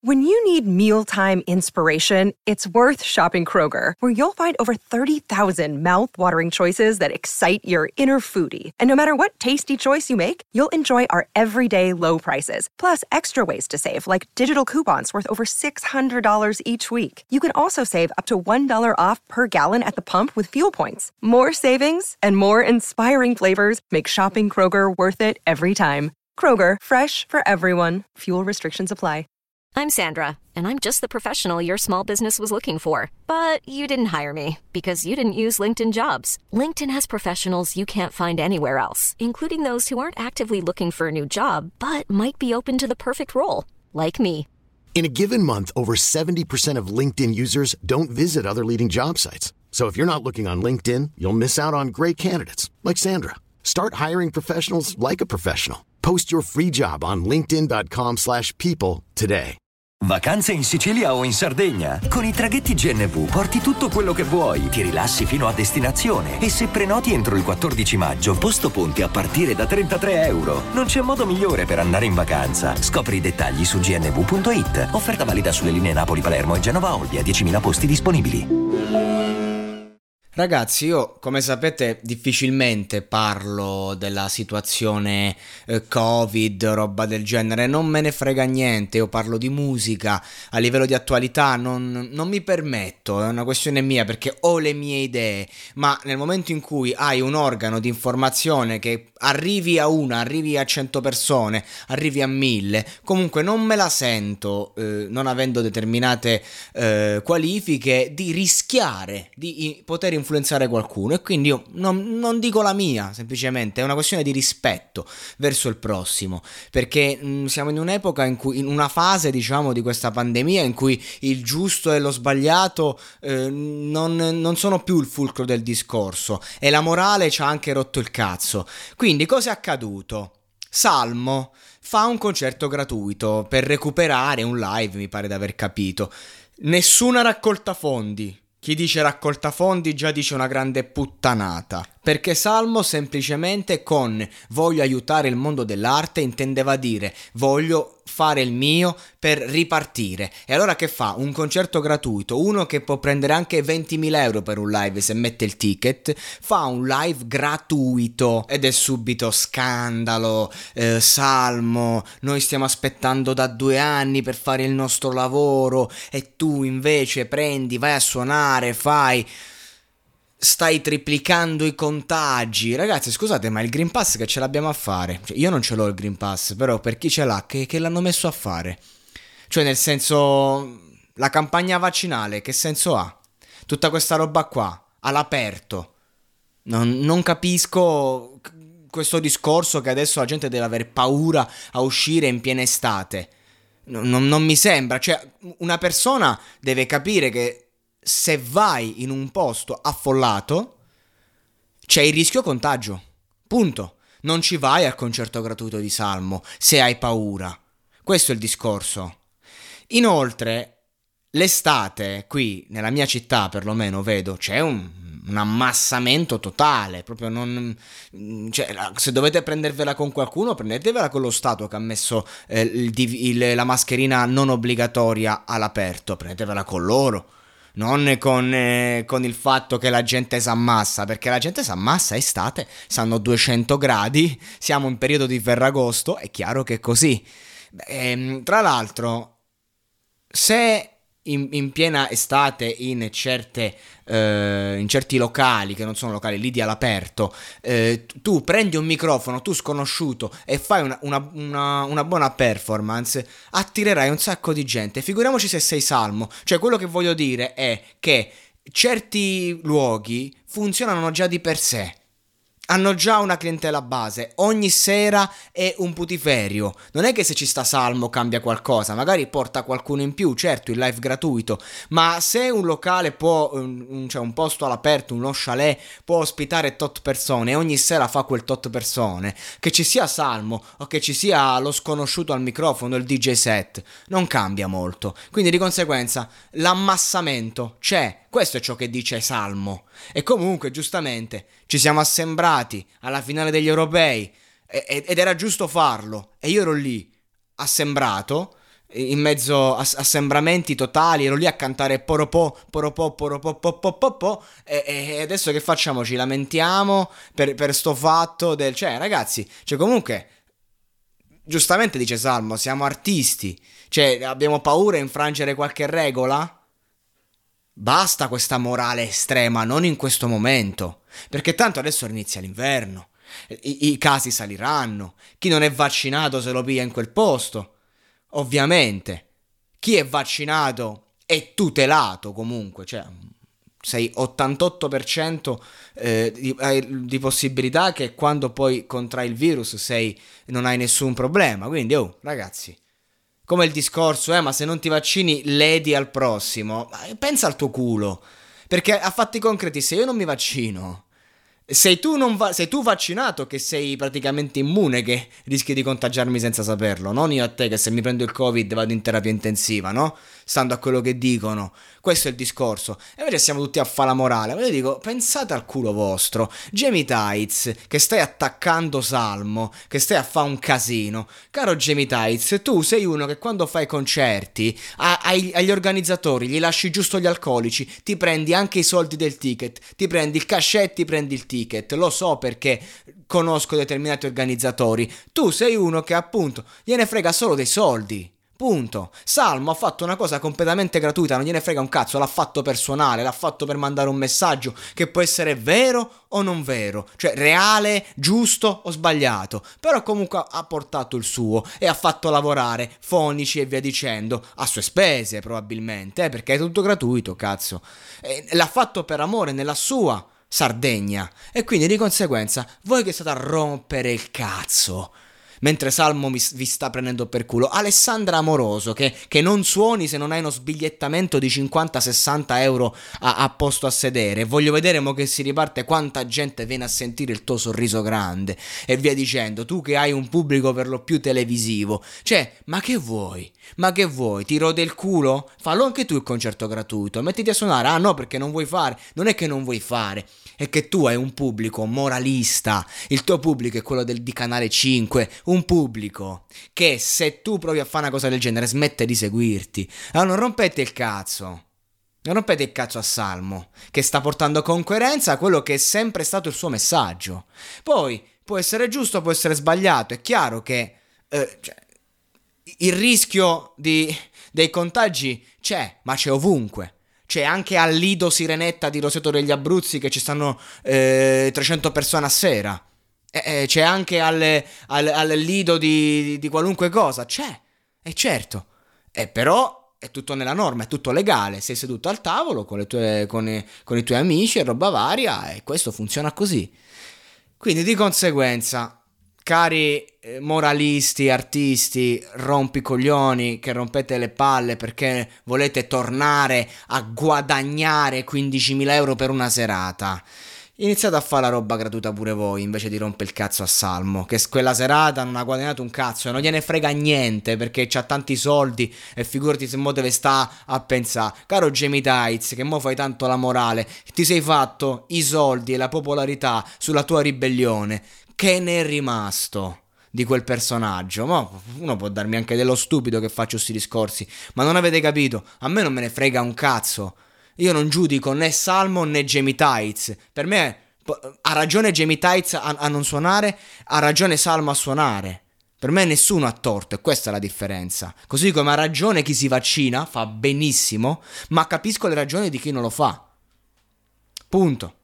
When you need mealtime inspiration, it's worth shopping Kroger, where you'll find over 30,000 mouth-watering choices that excite your inner foodie. And no matter what tasty choice you make, you'll enjoy our everyday low prices, plus extra ways to save, like digital coupons worth over $600 each week. You can also save up to $1 off per gallon at the pump with fuel points. More savings and more inspiring flavors make shopping Kroger worth it every time. Kroger, fresh for everyone. Fuel restrictions apply. I'm Sandra, and I'm just the professional your small business was looking for. But you didn't hire me because you didn't use LinkedIn Jobs. LinkedIn has professionals you can't find anywhere else, including those who aren't actively looking for a new job, but might be open to the perfect role, like me. In a given month, over 70% of LinkedIn users don't visit other leading job sites. So if you're not looking on LinkedIn, you'll miss out on great candidates, like Sandra. Start hiring professionals like a professional. Post your free job on linkedin.com/people today. Vacanze in Sicilia o in Sardegna? Con i traghetti GNV porti tutto quello che vuoi, ti rilassi fino a destinazione e se prenoti entro il 14 maggio, posto ponti a partire da €33. Non c'è modo migliore per andare in vacanza. Scopri i dettagli su gnv.it. Offerta valida sulle linee Napoli-Palermo e Genova-Olbia, 10.000 posti disponibili. Ragazzi, io come sapete difficilmente parlo della situazione Covid, roba del genere, non me ne frega niente, io parlo di musica, a livello di attualità non mi permetto, è una questione mia perché ho le mie idee, ma nel momento in cui hai un organo di informazione che arrivi a una, arrivi a 100 persone, arrivi a 1000, comunque non me la sento, non avendo determinate qualifiche, di rischiare di poter influenzare qualcuno e quindi io non dico la mia, semplicemente è una questione di rispetto verso il prossimo, perché siamo in un'epoca in una fase, diciamo, di questa pandemia in cui il giusto e lo sbagliato non sono più il fulcro del discorso e la morale ci ha anche rotto il cazzo. Quindi cosa è accaduto? Salmo fa un concerto gratuito per recuperare un live, mi pare di aver capito. Nessuna raccolta fondi. Chi dice raccolta fondi già dice una grande puttanata, perché Salmo semplicemente con voglio aiutare il mondo dell'arte intendeva dire voglio fare il mio per ripartire. E allora che fa? Un concerto gratuito, uno che può prendere anche 20.000 euro per un live se mette il ticket, fa un live gratuito ed è subito scandalo, Salmo, noi stiamo aspettando da 2 anni per fare il nostro lavoro e tu invece prendi, vai a suonare, stai triplicando i contagi. Ragazzi, scusate, ma il Green Pass che ce l'abbiamo a fare? Cioè, io non ce l'ho il Green Pass, però per chi ce l'ha, che l'hanno messo a fare? Cioè, nel senso, la campagna vaccinale, che senso ha? Tutta questa roba qua, all'aperto. Non capisco questo discorso che adesso la gente deve avere paura a uscire in piena estate. Non mi sembra. Cioè, una persona deve capire che se vai in un posto affollato c'è il rischio contagio, punto. Non ci vai al concerto gratuito di Salmo se hai paura, questo è il discorso. Inoltre l'estate qui nella mia città perlomeno vedo c'è un ammassamento totale, proprio cioè, se dovete prendervela con qualcuno prendetevela con lo Stato che ha messo la mascherina non obbligatoria all'aperto, prendetevela con loro. Non con il fatto che la gente si ammassa, perché la gente si ammassa, è estate, stanno 200 gradi, siamo in periodo di Ferragosto, è chiaro che è così. Tra l'altro, se in piena estate in certi locali, che non sono locali, lì di all'aperto, tu prendi un microfono, tu sconosciuto, e fai una buona performance, attirerai un sacco di gente. Figuriamoci se sei Salmo. Cioè, quello che voglio dire è che certi luoghi funzionano già di per sé, hanno già una clientela base, ogni sera è un putiferio. Non è che se ci sta Salmo cambia qualcosa, magari porta qualcuno in più, certo il live gratuito, ma se un locale può, cioè un posto all'aperto, uno chalet può ospitare tot persone e ogni sera fa quel tot persone, che ci sia Salmo o che ci sia lo sconosciuto al microfono, il DJ set, non cambia molto. Quindi di conseguenza l'ammassamento c'è. Questo è ciò che dice Salmo. E comunque, giustamente, ci siamo assembrati alla finale degli europei ed era giusto farlo. E io ero lì, assembrato, in mezzo a assembramenti totali, ero lì a cantare poropò, poropò, poropò, po, e adesso che facciamo? Ci lamentiamo per sto fatto del... Cioè, ragazzi, cioè comunque, giustamente dice Salmo, siamo artisti, cioè abbiamo paura di infrangere qualche regola? Basta questa morale estrema, non in questo momento, perché tanto adesso inizia l'inverno, i casi saliranno, chi non è vaccinato se lo piglia in quel posto, ovviamente, chi è vaccinato è tutelato comunque, cioè sei 88% di possibilità che quando poi contrai il virus non hai nessun problema, quindi ragazzi, come il discorso, ma se non ti vaccini ledi al prossimo, pensa al tuo culo, perché a fatti concreti, se io non mi vaccino, sei tu vaccinato che sei praticamente immune, che rischi di contagiarmi senza saperlo, non io a te che se mi prendo il Covid vado in terapia intensiva, no? Stando a quello che dicono. Questo è il discorso. E invece siamo tutti a fa la morale. Ma io dico, pensate al culo vostro. Jamie Tights, che stai attaccando Salmo, che stai a fa un casino. Caro Jamie Tights, tu sei uno che quando fai concerti agli organizzatori gli lasci giusto gli alcolici, ti prendi anche i soldi del ticket, ti prendi il cachet, ti prendi il ticket. Lo so perché conosco determinati organizzatori. Tu sei uno che appunto gliene frega solo dei soldi. Punto. Salmo ha fatto una cosa completamente gratuita, non gliene frega un cazzo, l'ha fatto per suonare, l'ha fatto per mandare un messaggio che può essere vero o non vero, cioè reale, giusto o sbagliato, però comunque ha portato il suo e ha fatto lavorare fonici e via dicendo, a sue spese probabilmente, perché è tutto gratuito, cazzo. L'ha fatto per amore nella sua Sardegna e quindi di conseguenza voi che state a rompere il cazzo mentre Salmo vi sta prendendo per culo, Alessandra Amoroso che non suoni se non hai uno sbigliettamento di 50-60 euro a posto a sedere, voglio vedere mo che si riparte quanta gente viene a sentire il tuo sorriso grande e via dicendo, tu che hai un pubblico per lo più televisivo, cioè ma che vuoi, ti rode il culo? Fallo anche tu il concerto gratuito, mettiti a suonare, ah no perché non vuoi fare, non è che non vuoi fare, è che tu hai un pubblico moralista, il tuo pubblico è quello di Canale 5, un pubblico che se tu provi a fare una cosa del genere smette di seguirti. Allora non rompete il cazzo a Salmo, che sta portando con coerenza quello che è sempre stato il suo messaggio. Poi può essere giusto, può essere sbagliato, è chiaro che il rischio dei contagi c'è, ma c'è ovunque. C'è anche al Lido Sirenetta di Roseto degli Abruzzi che ci stanno 300 persone a sera. C'è anche al Lido di qualunque cosa. C'è, è certo. Però è tutto nella norma, è tutto legale. Sei seduto al tavolo con i tuoi amici e roba varia e questo funziona così. Quindi di conseguenza, cari moralisti, artisti, rompicoglioni che rompete le palle perché volete tornare a guadagnare 15.000 euro per una serata, iniziate a fare la roba gratuita pure voi invece di rompere il cazzo a Salmo, che quella serata non ha guadagnato un cazzo e non gliene frega niente perché c'ha tanti soldi e figurati se mo deve sta a pensare. Caro Jamie Tights, che mo fai tanto la morale, ti sei fatto i soldi e la popolarità sulla tua ribellione, che ne è rimasto di quel personaggio? Ma uno può darmi anche dello stupido che faccio sti discorsi, ma non avete capito, a me non me ne frega un cazzo. Io non giudico né Salmo né Jamie Tights. Per me ha ragione Jamie Tights a non suonare, ha ragione Salmo a suonare. Per me nessuno ha torto e questa è la differenza. Così come ha ragione chi si vaccina, fa benissimo, ma capisco le ragioni di chi non lo fa. Punto.